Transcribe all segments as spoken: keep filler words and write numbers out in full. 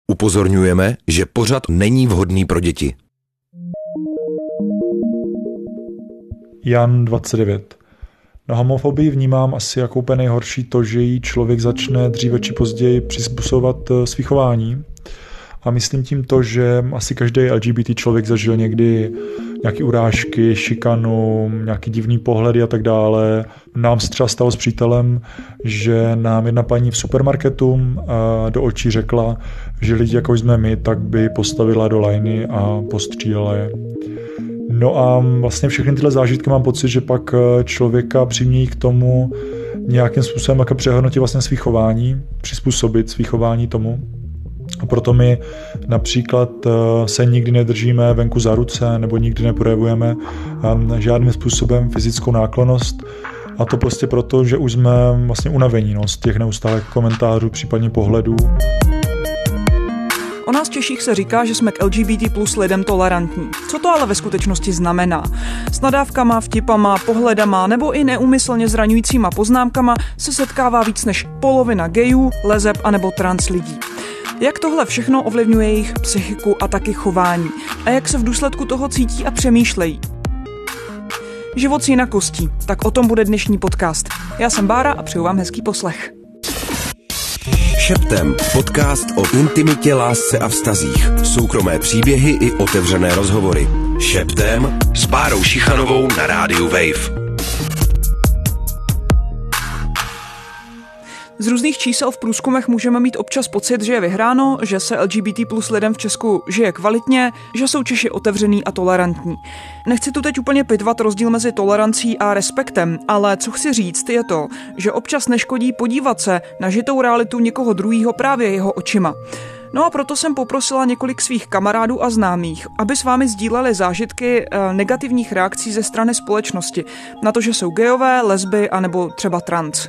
Upozorňujeme, že pořad není vhodný pro děti. Jan dvacet devět. Na homofobii vnímám asi jako úplně nejhorší to, že jí člověk začne dříve či později přizpůsobovat svý chování. A myslím tím to, že asi každý L G B T člověk zažil někdy nějaké urážky, šikanu, nějaký divný pohledy a tak dále. Nám se třeba stalo s přítelem, že nám jedna paní v supermarketu do očí řekla, že lidi jako jsme my, tak by postavila do lajny a postřílela je. No a vlastně všechny tyhle zážitky mám pocit, že pak člověka přimějí k tomu nějakým způsobem jako přehodnotit vlastně svý chování, přizpůsobit svý chování tomu. A proto my například se nikdy nedržíme venku za ruce nebo nikdy neprojevujeme žádným způsobem fyzickou náklonnost. A to prostě proto, že už jsme vlastně unavení no, z těch neustálých komentářů, případně pohledů. O nás Češích se říká, že jsme k L G B T plus lidem tolerantní. Co to ale ve skutečnosti znamená? S nadávkama, vtipama, pohledama nebo i neúmyslně zraňujícíma poznámkama se setkává víc než polovina gayů, leseb anebo trans lidí. Jak tohle všechno ovlivňuje jejich psychiku a taky chování? A jak se v důsledku toho cítí a přemýšlejí? Život s jinakostí. Tak o tom bude dnešní podcast. Já jsem Bára a přeju vám hezký poslech. Šeptem. Podcast o intimitě, lásce a vztazích. Soukromé příběhy i otevřené rozhovory. Šeptem s Bárou Šichanovou na rádiu Wave. Z různých čísel v průzkumech můžeme mít občas pocit, že je vyhráno, že se L G B T plus lidem v Česku žije kvalitně, že jsou Češi otevřený a tolerantní. Nechci tu teď úplně pitvat rozdíl mezi tolerancí a respektem, ale co chci říct je to, že občas neškodí podívat se na žitou realitu někoho druhýho právě jeho očima. No a proto jsem poprosila několik svých kamarádů a známých, aby s vámi sdíleli zážitky negativních reakcí ze strany společnosti na to, že jsou gayové, lesby anebo třeba trans.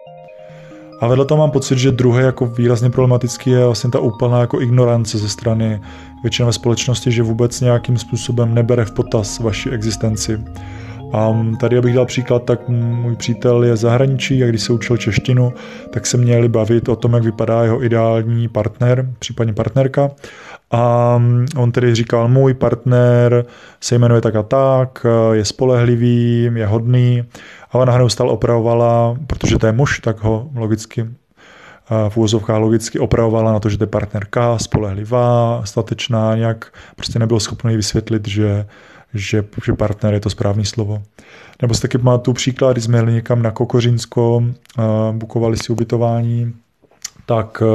A vedle toho mám pocit, že druhé jako výrazně problematický je vlastně ta úplná jako ignorance ze strany většinové společnosti, že vůbec nějakým způsobem nebere v potaz vaši existenci. A tady, abych dal příklad, tak můj přítel je v zahraničí a když se učil češtinu, tak se měli bavit o tom, jak vypadá jeho ideální partner, případně partnerka. A on tedy říkal, můj partner se jmenuje tak a tak, je spolehlivý, je hodný. A ona ho neustále opravovala, protože to je muž, tak ho logicky, v úvozovkách logicky opravovala na to, že to je partnerka, spolehlivá, statečná, nějak prostě nebylo schopno jí vysvětlit, že, že, že partner je to správné slovo. Nebo si taky pamatuju příklad, když jsme jeli někam na Kokořínsko, bukovali si ubytování, tak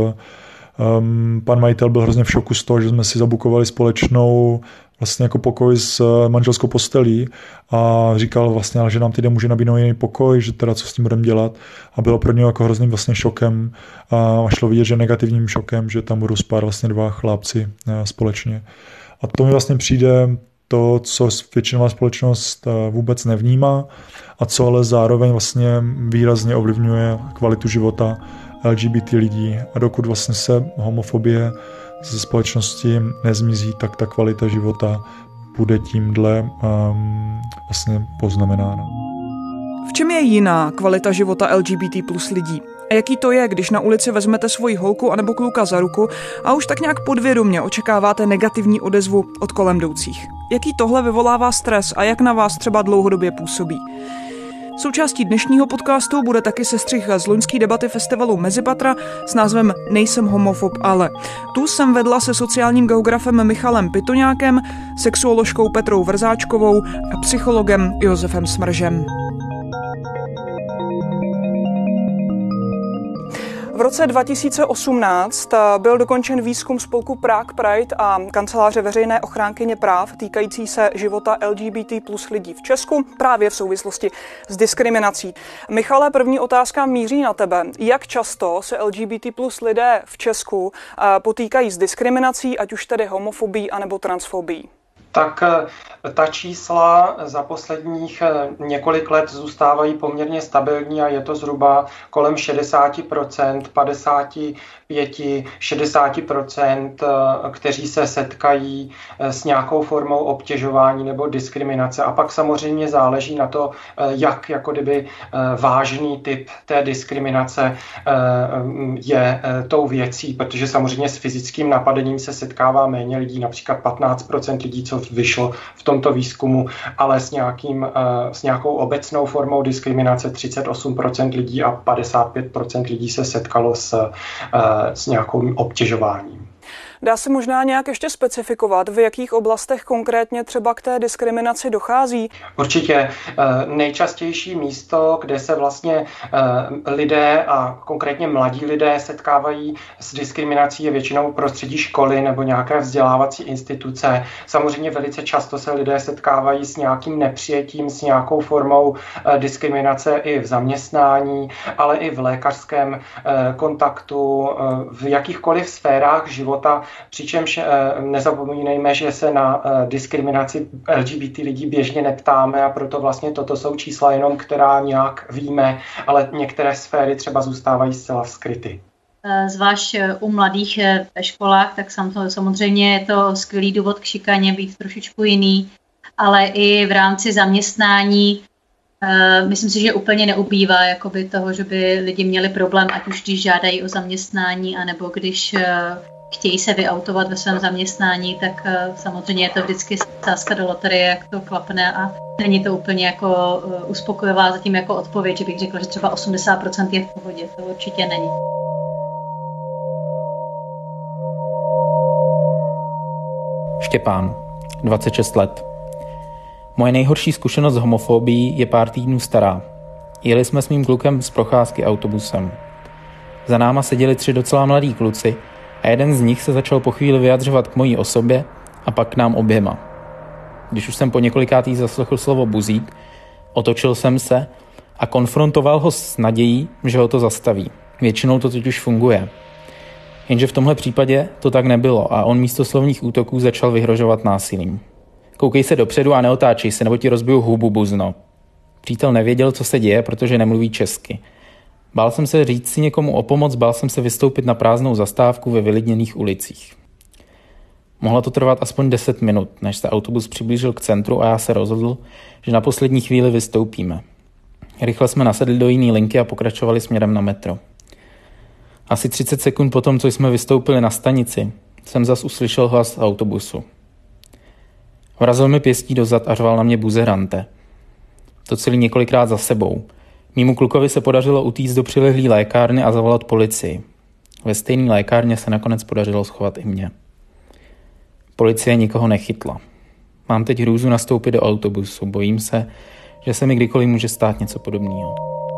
um, pan majitel byl hrozně v šoku z toho, že jsme si zabukovali společnou vlastně jako pokoj s manželskou postelí a říkal vlastně, že nám tedy může nabídnout jiný pokoj, že teda co s tím budeme dělat a bylo pro něj jako hrozným vlastně šokem a šlo vidět, že negativním šokem, že tam budou spát vlastně dva chlapci společně. A to mi vlastně přijde to, co většinová společnost vůbec nevnímá a co ale zároveň vlastně výrazně ovlivňuje kvalitu života L G B T lidí a dokud vlastně se homofobie ze společnosti nezmizí, tak ta kvalita života bude tímhle um, vlastně poznamenána. V čem je jiná kvalita života L G B T plus lidí? A jaký to je, když na ulici vezmete svoji holku anebo kluka za ruku a už tak nějak podvědomě očekáváte negativní odezvu od kolem jdoucích? Jaký tohle vyvolává stres a jak na vás třeba dlouhodobě působí? Součástí dnešního podcastu bude taky sestřih z loňské debaty festivalu Mezipatra s názvem Nejsem homofob, ale. Tu jsem vedla se sociálním geografem Michalem Pitoňákem, sexuoložkou Petrou Vrzáčkovou a psychologem Josefem Smržem. V roce dva tisíce osmnáct byl dokončen výzkum spolku Prague Pride a kanceláře veřejné ochránkyně práv týkající se života L G B T plus lidí v Česku právě v souvislosti s diskriminací. Michale, první otázka míří na tebe. Jak často se L G B T plus lidé v Česku potýkají s diskriminací, ať už tedy homofobií anebo transfobií? Tak ta čísla za posledních několik let zůstávají poměrně stabilní a je to zhruba kolem šedesát procent, padesát pět, šedesát procent, kteří se setkají s nějakou formou obtěžování nebo diskriminace. A pak samozřejmě záleží na to, jak jako kdyby vážný typ té diskriminace je tou věcí, protože samozřejmě s fyzickým napadením se setkává méně lidí, například patnáct procent lidí, co vyšlo v tomto výzkumu, ale s, nějakým, s nějakou obecnou formou diskriminace třicet osm procent lidí a padesát pět procent lidí se setkalo s, s nějakým obtěžováním. Dá se možná nějak ještě specifikovat, v jakých oblastech konkrétně třeba k té diskriminaci dochází? Určitě nejčastější místo, kde se vlastně lidé a konkrétně mladí lidé setkávají s diskriminací, je většinou prostředí školy nebo nějaké vzdělávací instituce. Samozřejmě velice často se lidé setkávají s nějakým nepřijetím, s nějakou formou diskriminace i v zaměstnání, ale i v lékařském kontaktu, v jakýchkoliv sférách života. Přičemž nezapomínejme, že se na diskriminaci L G B T lidí běžně neptáme a proto vlastně toto jsou čísla jenom, která nějak víme, ale některé sféry třeba zůstávají zcela skryty. Zvlášť u mladých ve školách, tak samozřejmě je to skvělý důvod k šikaně být trošičku jiný, ale i v rámci zaměstnání myslím si, že úplně neubývá jakoby toho, že by lidi měli problém, ať už když žádají o zaměstnání, anebo když chtějí se vyautovat ve svém zaměstnání, tak samozřejmě je to vždycky sázka do loterie, jak to klapne a není to úplně jako uspokojivá zatím jako odpověď, že bych řekla, že třeba osmdesát procent je v pohodě, to určitě není. Štěpán, dvacet šest let. Moje nejhorší zkušenost s homofobií je pár týdnů stará. Jeli jsme s mým klukem z procházky autobusem. Za náma seděli tři docela mladí kluci a jeden z nich se začal po chvíli vyjadřovat k mojí osobě a pak k nám oběma. Když už jsem po několikátý zaslechl slovo buzík, otočil jsem se a konfrontoval ho s nadějí, že ho to zastaví. Většinou to totiž funguje. Jenže v tomhle případě to tak nebylo a on místo slovních útoků začal vyhrožovat násilím. Koukej se dopředu a neotáčej se, nebo ti rozbiju hubu, buzno. Přítel nevěděl, co se děje, protože nemluví česky. Bál jsem se říct si někomu o pomoc, bál jsem se vystoupit na prázdnou zastávku ve vylidněných ulicích. Mohlo to trvat aspoň deset minut, než se autobus přiblížil k centru a já se rozhodl, že na poslední chvíli vystoupíme. Rychle jsme nasedli do jiné linky a pokračovali směrem na metro. Asi třicet sekund potom, co jsme vystoupili na stanici, jsem zas uslyšel hlas autobusu. Vrazil mi pěstí dozad a řval na mě buzerante. To celý několikrát za sebou. Mýmu klukovi se podařilo utíct do přilehlé lékárny a zavolat policii. Ve stejné lékárně se nakonec podařilo schovat i mě. Policie nikoho nechytla. Mám teď hrůzu nastoupit do autobusu. Bojím se, že se mi kdykoliv může stát něco podobného.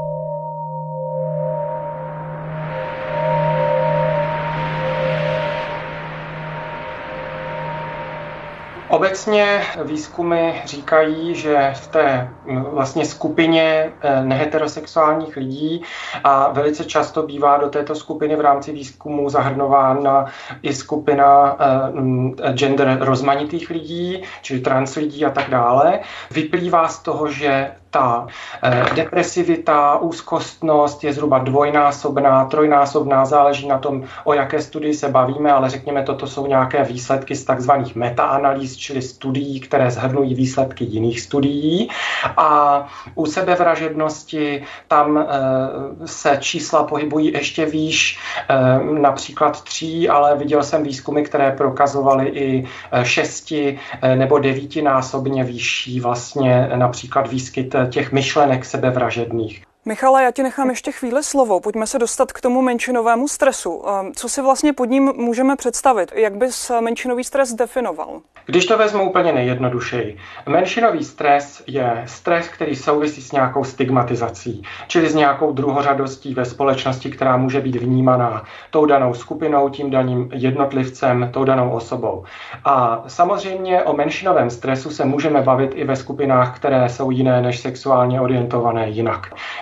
Obecně výzkumy říkají, že v té vlastně skupině neheterosexuálních lidí a velice často bývá do této skupiny v rámci výzkumu zahrnována i skupina gender rozmanitých lidí, čili trans lidí a tak dále. Vyplývá z toho, že ta depresivita, úzkostnost je zhruba dvojnásobná, trojnásobná, záleží na tom, o jaké studii se bavíme, ale řekněme, toto jsou nějaké výsledky z takzvaných metaanalýz, čili studií, které shrnují výsledky jiných studií. A u sebevražednosti tam se čísla pohybují ještě výš, například tří, ale viděl jsem výzkumy, které prokazovaly i šesti nebo devítinásobně vyšší vlastně například výskyt těch myšlenek sebevražedných. Michale, já ti nechám ještě chvíli slovo. Pojďme se dostat k tomu menšinovému stresu. Co si vlastně pod ním můžeme představit? Jak bys menšinový stres definoval? Když to vezmu úplně nejjednodušeji, menšinový stres je stres, který souvisí s nějakou stigmatizací, čili s nějakou druhořadostí ve společnosti, která může být vnímaná tou danou skupinou, tím daným jednotlivcem, tou danou osobou. A samozřejmě o menšinovém stresu se můžeme bavit i ve skupinách, které jsou jiné než sexuálně orientované jinak.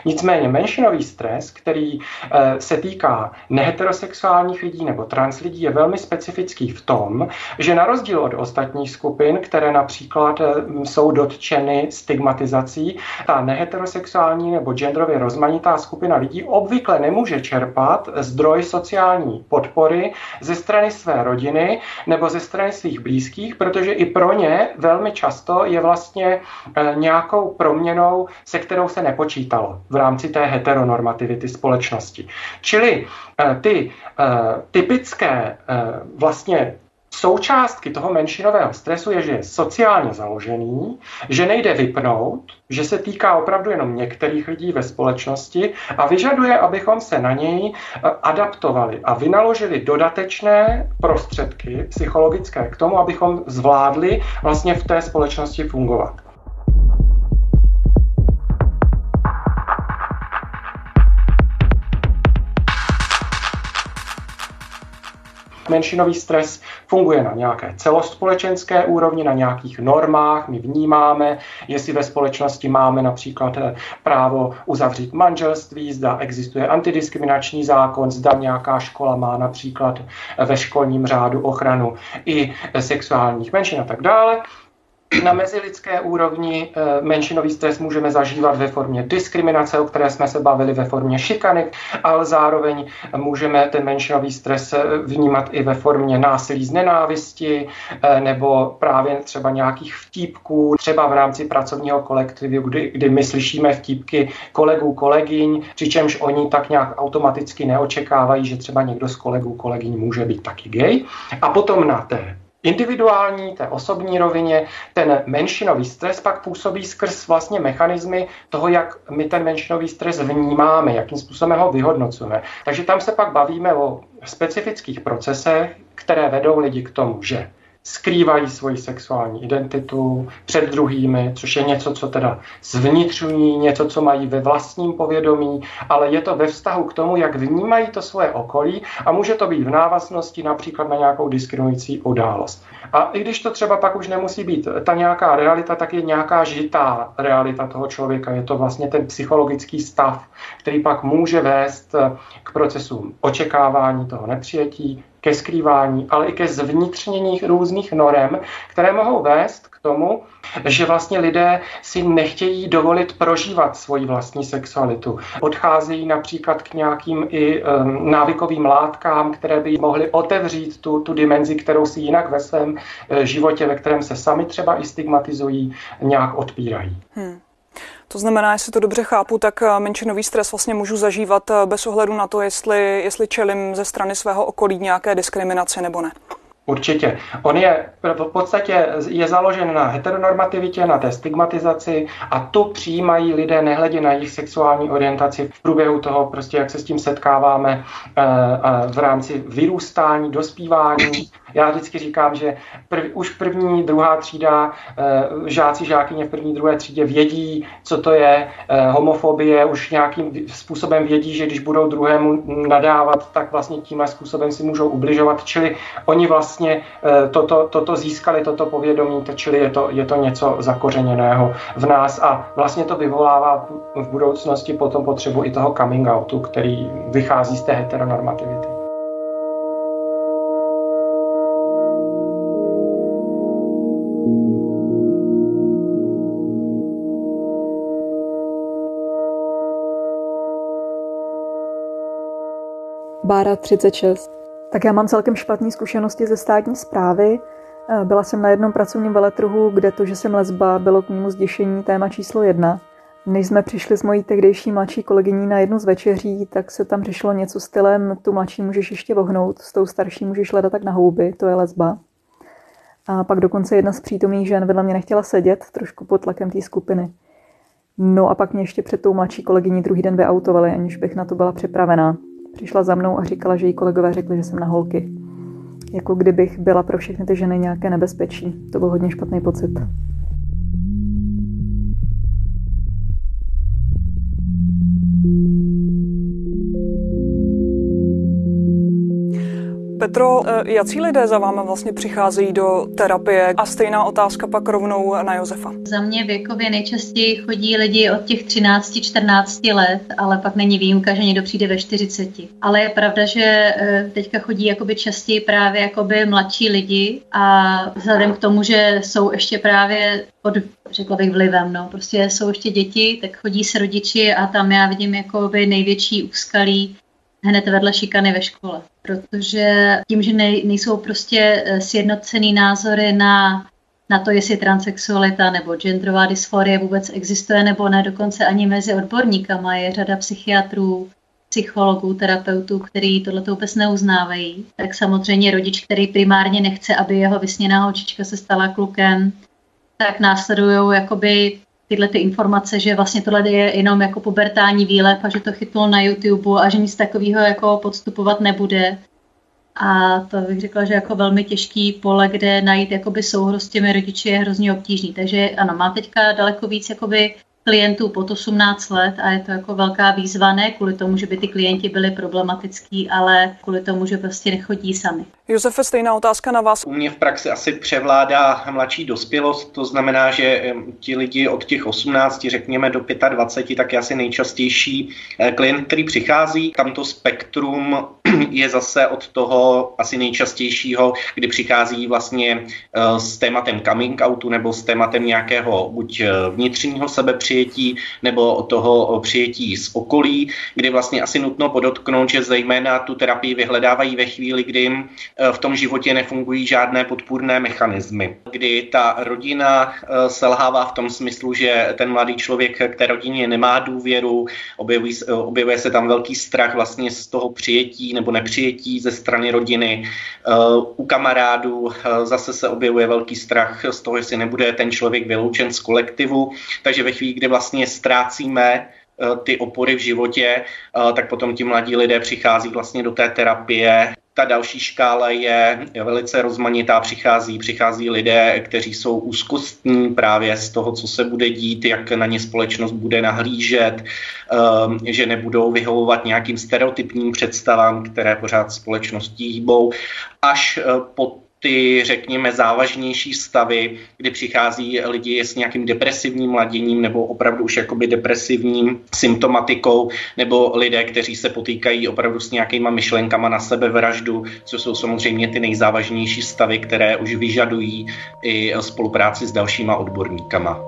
Nicméně menšinový stres, který se týká neheterosexuálních lidí nebo trans lidí, je velmi specifický v tom, že na rozdíl od ostatních skupin, které například jsou dotčeny stigmatizací, ta neheterosexuální nebo genderově rozmanitá skupina lidí obvykle nemůže čerpat zdroj sociální podpory ze strany své rodiny nebo ze strany svých blízkých, protože i pro ně velmi často je vlastně nějakou proměnou, se kterou se nepočítalo v rámci té heteronormativity společnosti. Čili ty typické vlastně součástky toho menšinového stresu je, že je sociálně založený, že nejde vypnout, že se týká opravdu jenom některých lidí ve společnosti a vyžaduje, abychom se na něj adaptovali a vynaložili dodatečné prostředky psychologické k tomu, abychom zvládli vlastně v té společnosti fungovat. Menšinový stres funguje na nějaké celospolečenské úrovni, na nějakých normách. My vnímáme, jestli ve společnosti máme například právo uzavřít manželství, zda existuje antidiskriminační zákon, zda nějaká škola má například ve školním řádu ochranu i sexuálních menšin a tak dále. Na mezilidské úrovni menšinový stres můžeme zažívat ve formě diskriminace, o které jsme se bavili, ve formě šikany, ale zároveň můžeme ten menšinový stres vnímat i ve formě násilí z nenávisti nebo právě třeba nějakých vtípků, třeba v rámci pracovního kolektivu, kdy, kdy my slyšíme vtípky kolegů, kolegyň, přičemž oni tak nějak automaticky neočekávají, že třeba někdo z kolegů, kolegyň může být taky gay. A potom na té individuální, té osobní rovině, ten menšinový stres pak působí skrz vlastně mechanismy toho, jak my ten menšinový stres vnímáme, jakým způsobem ho vyhodnocujeme. Takže tam se pak bavíme o specifických procesech, které vedou lidi k tomu, že skrývají svoji sexuální identitu před druhými, což je něco, co teda zvnitřují, něco, co mají ve vlastním povědomí, ale je to ve vztahu k tomu, jak vnímají to svoje okolí a může to být v návaznosti například na nějakou diskriminující událost. A i když to třeba pak už nemusí být ta nějaká realita, tak je nějaká žitá realita toho člověka. Je to vlastně ten psychologický stav, který pak může vést k procesům očekávání toho nepřijetí, ke skrývání, ale i ke zvnitřnění různých norem, které mohou vést k tomu, že vlastně lidé si nechtějí dovolit prožívat svoji vlastní sexualitu. Odcházejí například k nějakým i um, návykovým látkám, které by mohly otevřít tu, tu dimenzi, kterou si jinak ve svém uh, životě, ve kterém se sami třeba i stigmatizují, nějak odpírají. Hmm. To znamená, jestli to dobře chápu, tak menšinový stres vlastně můžu zažívat bez ohledu na to, jestli, jestli čelím ze strany svého okolí nějaké diskriminaci nebo ne. Určitě. On je v podstatě je založen na heteronormativitě, na té stigmatizaci a tu přijímají lidé nehledě na jejich sexuální orientaci v průběhu toho, prostě jak se s tím setkáváme v rámci vyrůstání, dospívání. Já vždycky říkám, že prv, už první, druhá třída, žáci, žákyně v první, druhé třídě vědí, co to je homofobie, už nějakým způsobem vědí, že když budou druhému nadávat, tak vlastně tímhle způsobem si můžou ubližovat, čili oni vlastně toto, toto získali, toto povědomí, čili je to, je to něco zakořeněného v nás a vlastně to vyvolává v budoucnosti potom potřebu i toho coming outu, který vychází z té heteronormativity. Bára, třicet šest. Tak já mám celkem špatné zkušenosti ze státní správy. Byla jsem na jednom pracovním veletrhu, kde to, že jsem lesba, bylo k mému zděšení téma číslo jedna. Než jsme přišli s mojí tehdejší mladší kolegyní na jednu z večeří, tak se tam řešilo něco stylem, tu mladší můžeš ještě vohnout, s tou starší můžeš hledat tak na houby, to je lesba. A pak dokonce jedna z přítomných žen vedle mě nechtěla sedět, trošku pod tlakem té skupiny. No a pak mě ještě před tou mladší kolegyní druhý den vyautovali, aniž bych na to byla připravená. Přišla za mnou a říkala, že jí kolegové řekli, že jsem na holky. Jako kdybych byla pro všechny ty ženy nějaké nebezpečí. To byl hodně špatný pocit. Petro, jací lidé za vámi vlastně přicházejí do terapie? A stejná otázka pak rovnou na Josefa. Za mě věkově nejčastěji chodí lidi od těch třináct čtrnáct let, ale pak není výjimka, že někdo přijde ve čtyřiceti. Ale je pravda, že teďka chodí jakoby častěji právě jakoby mladší lidi a vzhledem k tomu, že jsou ještě právě pod, řekla bych, vlivem, no, prostě jsou ještě děti, tak chodí s rodiči a tam já vidím jakoby největší úskalí hned vedle šikany ve škole. Protože tím, že nej, nejsou prostě sjednocený názory na, na to, jestli transsexualita nebo genderová dysforie vůbec existuje nebo ne, dokonce ani mezi odborníkama je řada psychiatrů, psychologů, terapeutů, který tohleto vůbec neuznávají. Tak samozřejmě rodič, který primárně nechce, aby jeho vysněná holčička se stala klukem, tak následujou jakoby tyhle ty informace, že vlastně tohle je jenom jako pubertální výlep a že to chytnul na YouTube a že nic takového jako podstupovat nebude. A to bych řekla, že jako velmi těžký pole, kde najít jakoby souhru s těmi rodiči je hrozně obtížný. Takže ano, má teďka daleko víc jakoby klientů pod osmnáct let a je to jako velká výzva, ne kvůli tomu, že by ty klienti byli problematický, ale kvůli tomu, že prostě nechodí sami. Josefe, stejná otázka na vás. U mě v praxi asi převládá mladší dospělost, to znamená, že ti lidi od těch osmnácti, řekněme do dvaceti pěti, tak je asi nejčastější klient, který přichází. Tamto spektrum je zase od toho asi nejčastějšího, kdy přichází vlastně s tématem coming outu nebo s tématem nějakého buď vnitřního sebepřijetí nebo od toho přijetí z okolí, kdy vlastně asi nutno podotknout, že zejména tu terapii vyhledávají ve chvíli, kdy jim v tom životě nefungují žádné podpůrné mechanismy, kdy ta rodina selhává v tom smyslu, že ten mladý člověk k té rodině nemá důvěru, objeví, objevuje se tam velký strach vlastně z toho přijetí nebo nepřijetí ze strany rodiny. U kamarádů zase se objevuje velký strach z toho, jestli nebude ten člověk vyloučen z kolektivu, takže ve chvíli, kdy vlastně ztrácíme ty opory v životě, tak potom ti mladí lidé přichází vlastně do té terapie. Ta další škála je velice rozmanitá, přichází, přichází lidé, kteří jsou úzkostní právě z toho, co se bude dít, jak na ně společnost bude nahlížet, že nebudou vyhovovat nějakým stereotypním představám, které pořád společností hýbou, až po ty, řekněme, závažnější stavy, kdy přichází lidi s nějakým depresivním laděním nebo opravdu už jakoby depresivním symptomatikou, nebo lidé, kteří se potýkají opravdu s nějakýma myšlenkama na sebevraždu, co jsou samozřejmě ty nejzávažnější stavy, které už vyžadují i spolupráci s dalšíma odborníkama.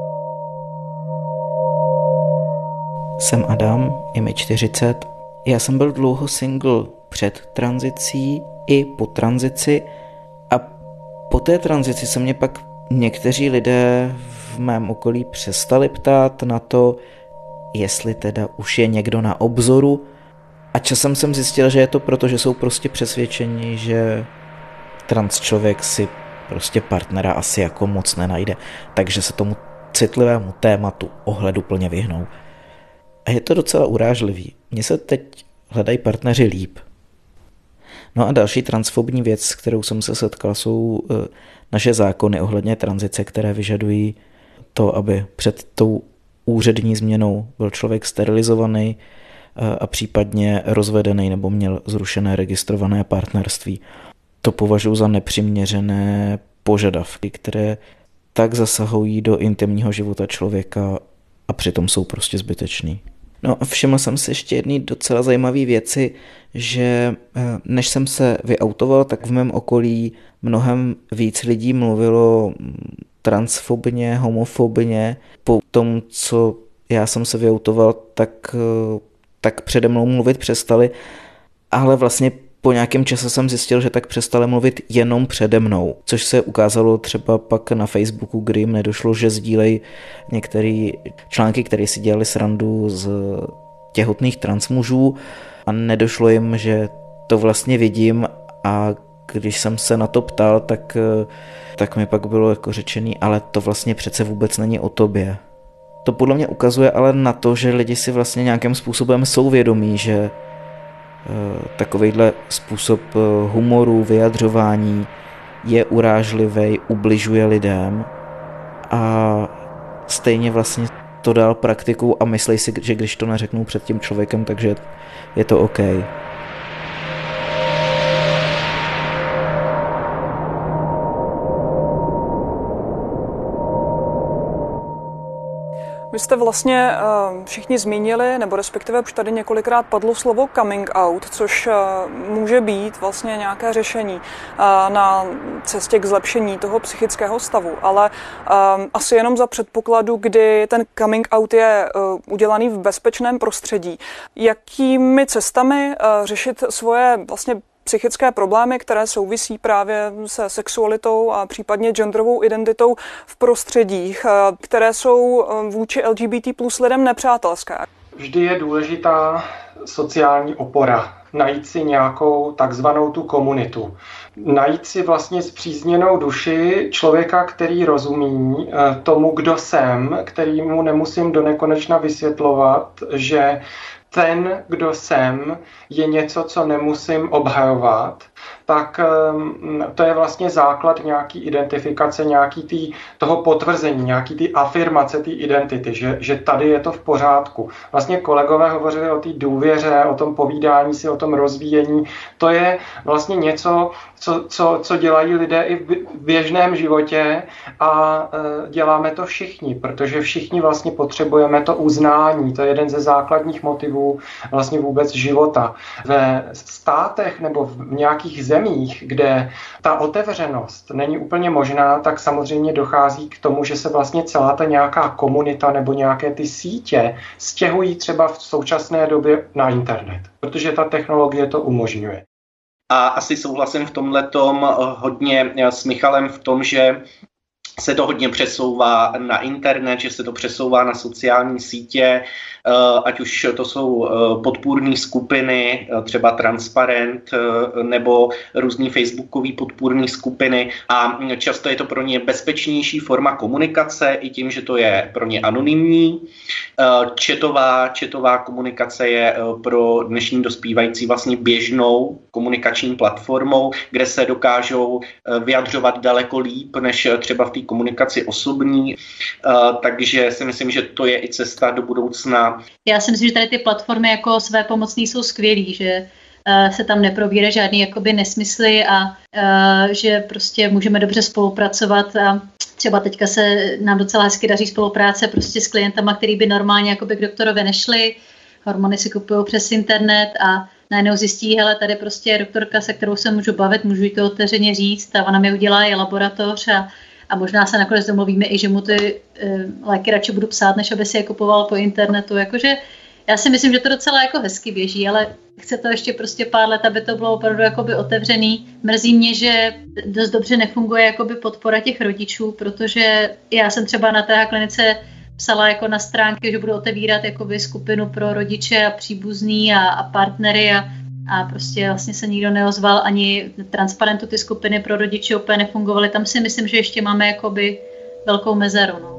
Jsem Adam, je mi čtyřicet. Já jsem byl dlouho single před tranzicí i po tranzici. A po té tranzici se mě pak někteří lidé v mém okolí přestali ptát na to, jestli teda už je někdo na obzoru. A časem jsem zjistil, že je to proto, že jsou prostě přesvědčeni, že trans člověk si prostě partnera asi jako moc nenajde. Takže se tomu citlivému tématu ohleduplně vyhnou. A je to docela urážlivý. Mně se teď hledají partneři líp. No a další transfobní věc, s kterou jsem se setkal, jsou naše zákony ohledně tranzice, které vyžadují to, aby před tou úřední změnou byl člověk sterilizovaný a případně rozvedený nebo měl zrušené registrované partnerství. To považuji za nepřiměřené požadavky, které tak zasahují do intimního života člověka a přitom jsou prostě zbytečný. No a všiml jsem si ještě jedné docela zajímavé věci, že než jsem se vyautoval, tak v mém okolí mnohem víc lidí mluvilo transfobně, homofobně. Po tom, co já jsem se vyautoval, tak, tak přede mnou mluvit přestali, ale vlastně po nějakém čase jsem zjistil, že tak přestali mluvit jenom přede mnou, což se ukázalo třeba pak na Facebooku, kdy jim nedošlo, že sdílejí některé články, které si dělali srandu z těhotných transmužů a nedošlo jim, že to vlastně vidím a když jsem se na to ptal, tak, tak mi pak bylo jako řečený, ale to vlastně přece vůbec není o tobě. To podle mě ukazuje ale na to, že lidi si vlastně nějakým způsobem jsou vědomí, že takovejhle způsob humoru, vyjadřování je urážlivý, ubližuje lidem a stejně vlastně to dál praktikou a myslí si, že když to neřeknou před tím člověkem, takže je to OK. Vy jste vlastně uh, všichni zmínili, nebo respektive už tady několikrát padlo slovo coming out, což uh, může být vlastně nějaké řešení uh, na cestě k zlepšení toho psychického stavu, ale uh, asi jenom za předpokladu, kdy ten coming out je uh, udělaný v bezpečném prostředí. Jakými cestami uh, řešit svoje vlastně psychické problémy, které souvisí právě se sexualitou a případně genderovou identitou v prostředích, které jsou vůči L G B T plus lidem nepřátelské. Vždy je důležitá sociální opora. Najít si nějakou takzvanou tu komunitu. Najít si vlastně spřízněnou duši člověka, který rozumí tomu, kdo jsem, který mu nemusím do nekonečna vysvětlovat, že ten, kdo jsem, je něco, co nemusím obhajovat, tak to je vlastně základ nějaký identifikace, nějaký tý, toho potvrzení, nějaký ty afirmace té identity, že, že tady je to v pořádku. Vlastně kolegové hovořili o té důvěře, o tom povídání si, o tom rozvíjení. To je vlastně něco, co, co, co dělají lidé i v běžném životě a děláme to všichni, protože všichni vlastně potřebujeme to uznání. To je jeden ze základních motivů vlastně vůbec života. Ve státech nebo v nějakých zemích, kde ta otevřenost není úplně možná, tak samozřejmě dochází k tomu, že se vlastně celá ta nějaká komunita nebo nějaké ty sítě stěhují třeba v současné době na internet, protože ta technologie to umožňuje. A asi souhlasím v tomhletom hodně s Michalem v tom, že se to hodně přesouvá na internet, že se to přesouvá na sociální sítě, ať už to jsou podpůrné skupiny, třeba Transparent nebo různý facebookové podpůrné skupiny a často je to pro ně bezpečnější forma komunikace i tím, že to je pro ně anonymní. Četová, četová komunikace je pro dnešní dospívající vlastně běžnou komunikační platformou, kde se dokážou vyjadřovat daleko líp než třeba v té komunikaci osobní, takže si myslím, že to je i cesta do budoucna. Já si myslím, že tady ty platformy jako své pomocný jsou skvělý, že se tam neprobírá žádný jakoby nesmysly a že prostě můžeme dobře spolupracovat a třeba teďka se nám docela hezky daří spolupráce prostě s klientama, který by normálně jakoby k doktorovi nešli, hormony si kupují přes internet a najednou zjistí, hele, tady prostě je doktorka, se kterou se můžu bavit, můžu jí to otevřeně říct a ona mi udělá i laboratoř a A možná se nakonec domluvíme i, že mu ty e, léky radši budu psát, než aby si je kupoval po internetu. Jakože já si myslím, že to docela jako hezky běží, ale chce to ještě prostě pár let, aby to bylo opravdu jakoby otevřený. Mrzí mě, že dost dobře nefunguje jakoby podpora těch rodičů, protože já jsem třeba na té klinice psala jako na stránky, že budu otevírat jakoby skupinu pro rodiče a příbuzný a, a partnery a A prostě vlastně se nikdo neozval, ani Transparentu ty skupiny pro rodiče úplně nefungovaly. Tam si myslím, že ještě máme jakoby velkou mezeru. No.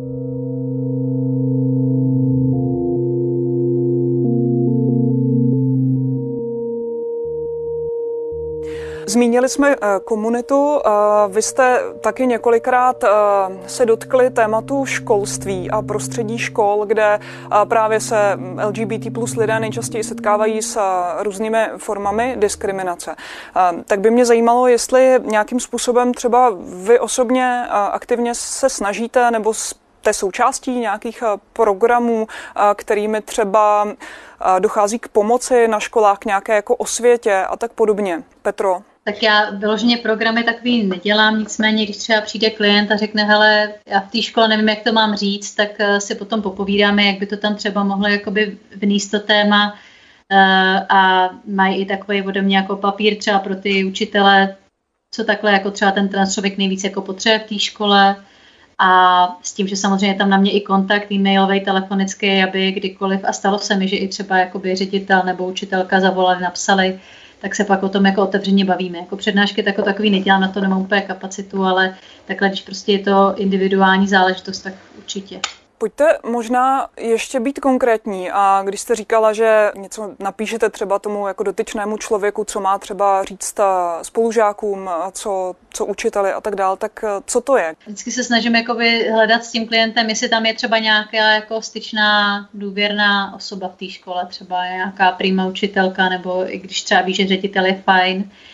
Zmínili jsme komunitu, vy jste taky několikrát se dotkli tématu školství a prostředí škol, kde právě se L G B T plus lidé nejčastěji setkávají s různými formami diskriminace. Tak by mě zajímalo, jestli nějakým způsobem třeba vy osobně aktivně se snažíte nebo jste součástí nějakých programů, kterými třeba dochází k pomoci na školách, k nějaké jako osvětě a tak podobně. Petro? Tak já vyloženě programy takový nedělám, nicméně když třeba přijde klient a řekne, hele, já v té škole nevím, jak to mám říct, tak si potom popovídáme, jak by to tam třeba mohlo jakoby vnést to téma a mají i takový ode mě jako papír třeba pro ty učitele, co takhle jako třeba ten trans člověk nejvíc jako potřebuje v té škole a s tím, že samozřejmě tam na mě i kontakt e-mailový, telefonický, aby kdykoliv, a stalo se mi, že i třeba jakoby ředitel nebo učitelka zavolali, napsali, tak se pak o tom jako otevřeně bavíme. Jako přednášky tako takový nedělám, na to nemám úplně kapacitu, ale takhle, když prostě je to individuální záležitost, tak určitě. Pojďte možná ještě být konkrétní a když jste říkala, že něco napíšete třeba tomu jako dotyčnému člověku, co má třeba říct spolužákům, co, co učiteli a tak dál, tak co to je? Vždycky se snažím jakoby hledat s tím klientem, jestli tam je třeba nějaká jako styčná, důvěrná osoba v té škole, třeba nějaká prima učitelka, nebo i když třeba ví, že ředitel je fajn,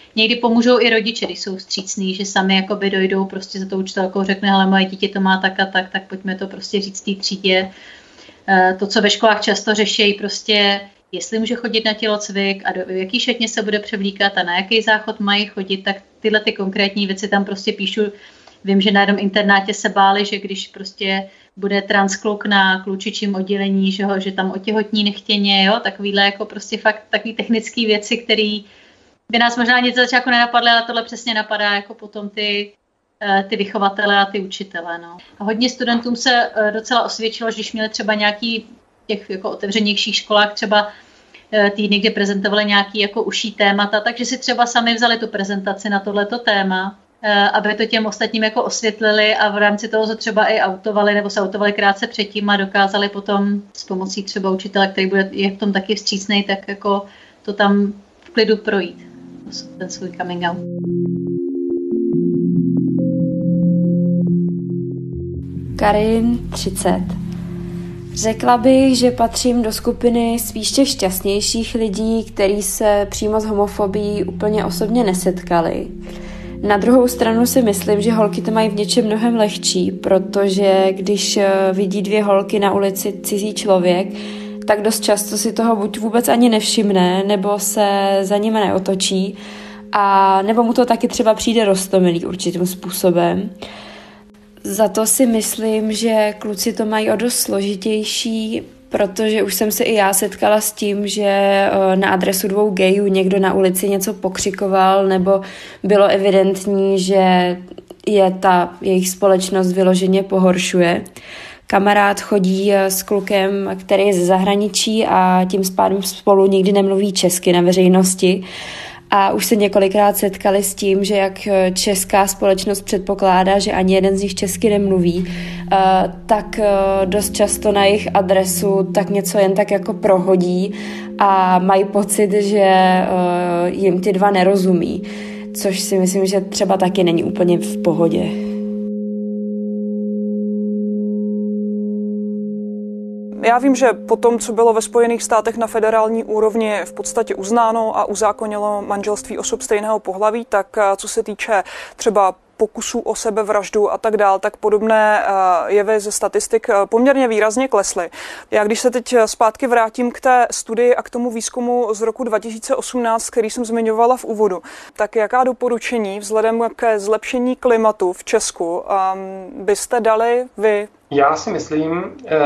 někdy pomůžou i rodiče, když jsou vstřícní, že sami jakoby dojdou prostě za tou učitelkou, řekne, hele, moje dítě to má tak a tak, tak pojďme to prostě říct té třídě. To, co ve školách často řeší, prostě jestli může chodit na tělocvik a do jaký šatně se bude převlíkat a na jaký záchod mají chodit, tak tyhle ty konkrétní věci tam prostě píšu. Vím, že na jednom internátě se báli, že když prostě bude transkluk na klučičím oddělení, že, ho, že tam otěhotní nechtěně, jo, takovýhle jako prostě fakt takový technické věci, které by nás možná nic začátku nenapadly, ale tohle přesně napadá jako potom ty, ty vychovatele a ty učitele. No. A hodně studentům se docela osvědčilo, že když měli třeba nějaký těch jako otevřenějších školách třeba týdny, kde prezentovali nějaký jako uší témata, takže si třeba sami vzali tu prezentaci na tohleto téma, aby to těm ostatním jako osvětlili a v rámci toho se třeba i autovali nebo se autovali krátce předtím a dokázali potom s pomocí třeba učitele, který bude, je v tom taky vstřícnej, tak jako to tam v klidu projít, ten svůj coming out. Karin, třicet. Řekla bych, že patřím do skupiny spíš těch šťastnějších lidí, kteří se přímo s homofobií úplně osobně nesetkali. Na druhou stranu si myslím, že holky to mají v něčem mnohem lehčí, protože když vidí dvě holky na ulici cizí člověk, tak dost často si toho buď vůbec ani nevšimne, nebo se za nimi neotočí, a nebo mu to taky třeba přijde roztomilý určitým způsobem. Za to si myslím, že kluci to mají o dost složitější, protože už jsem se i já setkala s tím, že na adresu dvou gayů někdo na ulici něco pokřikoval, nebo bylo evidentní, že je ta jejich společnost vyloženě pohoršuje. Kamarád chodí s klukem, který je ze zahraničí a tím pádem spolu nikdy nemluví česky na veřejnosti. A už se několikrát setkali s tím, že jak česká společnost předpokládá, že ani jeden z nich česky nemluví, tak dost často na jejich adresu tak něco jen tak jako prohodí a mají pocit, že jim ty dva nerozumí, což si myslím, že třeba taky není úplně v pohodě. Já vím, že po tom, co bylo ve Spojených státech na federální úrovni v podstatě uznáno a uzákonilo manželství osob stejného pohlaví, tak co se týče třeba pokusů o sebevraždu a tak dál, tak podobné jevy ze statistik poměrně výrazně klesly. Já když se teď zpátky vrátím k té studii a k tomu výzkumu z roku dva tisíce osmnáct, který jsem zmiňovala v úvodu, tak jaká doporučení vzhledem ke zlepšení klimatu v Česku byste dali vy? Já si myslím,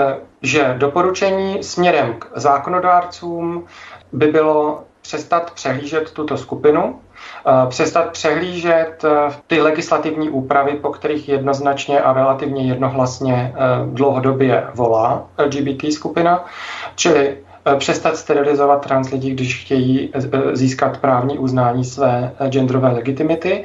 že doporučení směrem k zákonodárcům by bylo přestat přehlížet tuto skupinu, přestat přehlížet ty legislativní úpravy, po kterých jednoznačně a relativně jednohlasně dlouhodobě volá L G B T skupina, čili přestat sterilizovat trans lidi, když chtějí získat právní uznání své genderové legitimity,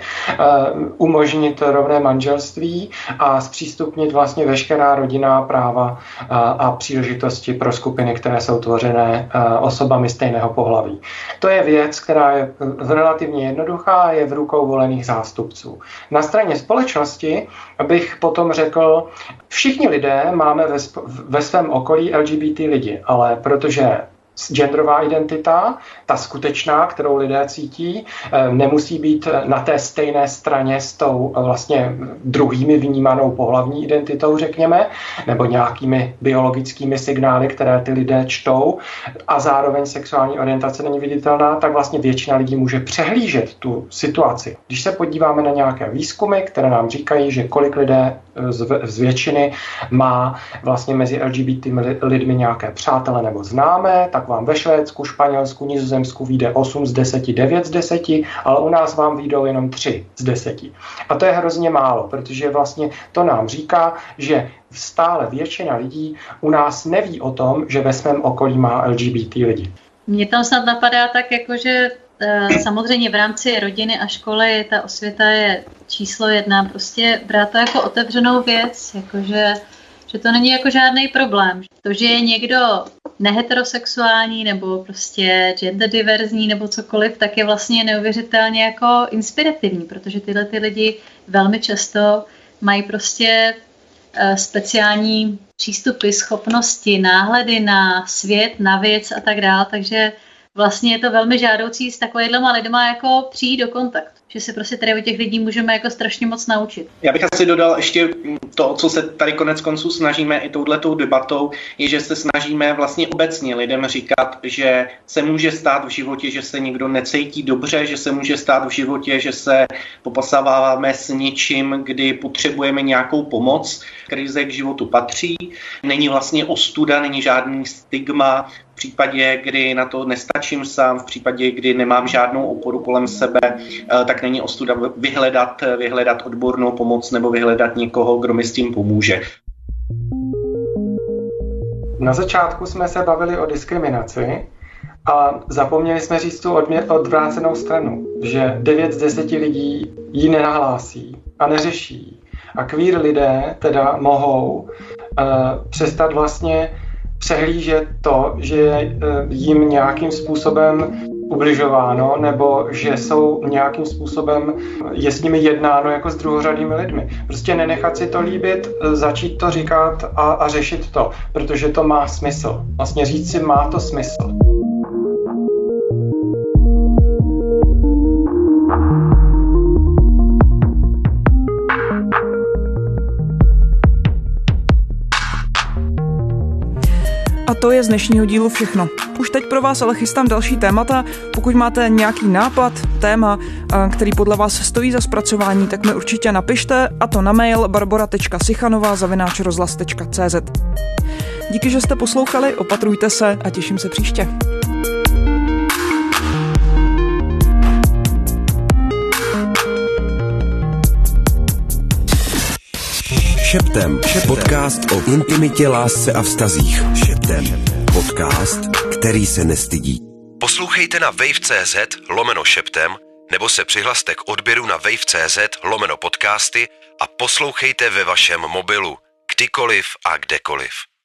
umožnit rovné manželství a zpřístupnit vlastně veškerá rodinná práva a příležitosti pro skupiny, které jsou tvořené osobami stejného pohlaví. To je věc, která je relativně jednoduchá a je v rukou volených zástupců. Na straně společnosti bych potom řekl, všichni lidé máme ve, ve svém okolí L G B T lidi, ale protože genderová identita, ta skutečná, kterou lidé cítí, nemusí být na té stejné straně s tou vlastně druhými vnímanou pohlavní identitou, řekněme, nebo nějakými biologickými signály, které ty lidé čtou, a zároveň sexuální orientace není viditelná, tak vlastně většina lidí může přehlížet tu situaci. Když se podíváme na nějaké výzkumy, které nám říkají, že kolik lidé z většiny má vlastně mezi L G B T lidmi nějaké přátele nebo známé, tak vám ve Švédsku, Španělsku, Nizozemsku vyjde osm z deseti, devět z deseti, ale u nás vám vyjdou jenom tři z deseti. A to je hrozně málo, protože vlastně to nám říká, že stále většina lidí u nás neví o tom, že ve svém okolí má L G B T lidi. Mně tam snad napadá tak, jako že samozřejmě v rámci rodiny a školy ta osvěta je číslo jedna, prostě brát to jako otevřenou věc, jakože že to není jako žádný problém. To, že je někdo neheterosexuální nebo prostě gender diverzní nebo cokoliv, tak je vlastně neuvěřitelně jako inspirativní, protože tyhle ty lidi velmi často mají prostě speciální přístupy, schopnosti, náhledy na svět, na věc a tak dále, takže vlastně je to velmi žádoucí s takovýhlema lidma jako přijít do kontaktu. Že se prostě tady od těch lidí můžeme jako strašně moc naučit. Já bych asi dodal ještě to, co se tady konec konců snažíme i touhletou debatou, je, že se snažíme vlastně obecně lidem říkat, že se může stát v životě, že se někdo necítí dobře, že se může stát v životě, že se popasáváme s něčím, kdy potřebujeme nějakou pomoc. Krize k životu patří, není vlastně ostuda, není žádný stigma. V případě, kdy na to nestačím sám, v případě, kdy nemám žádnou oporu kolem sebe, tak není ostuda vyhledat, vyhledat odbornou pomoc nebo vyhledat někoho, kdo mi s tím pomůže. Na začátku jsme se bavili o diskriminaci a zapomněli jsme říct tu odvrácenou stranu, že devět z deseti lidí ji nenahlásí a neřeší. A queer lidé teda mohou uh, přestat vlastně přehlížet to, že je jim nějakým způsobem ubližováno, nebo že jsou nějakým způsobem, je s nimi jednáno jako s druhořadými lidmi. Prostě nenechat si to líbit, začít to říkat a, a řešit to, protože to má smysl. Vlastně říct si, má to smysl. A to je z dnešního dílu všechno. Už teď pro vás ale chystám další témata. Pokud máte nějaký nápad, téma, který podle vás stojí za zpracování, tak mi určitě napište, a to na mail barbora tečka sichanová zavináč rozhlas tečka cé zet. Díky, že jste poslouchali, opatrujte se a těším se příště. Šeptem. Podcast o intimitě, lásce a vztazích. Šeptem. Podcast, který se nestydí. Poslouchejte na wave tečka cé zet lomeno šeptem nebo se přihlaste k odběru na wave tečka cé zet lomeno podcasty a poslouchejte ve vašem mobilu, kdykoliv a kdekoliv.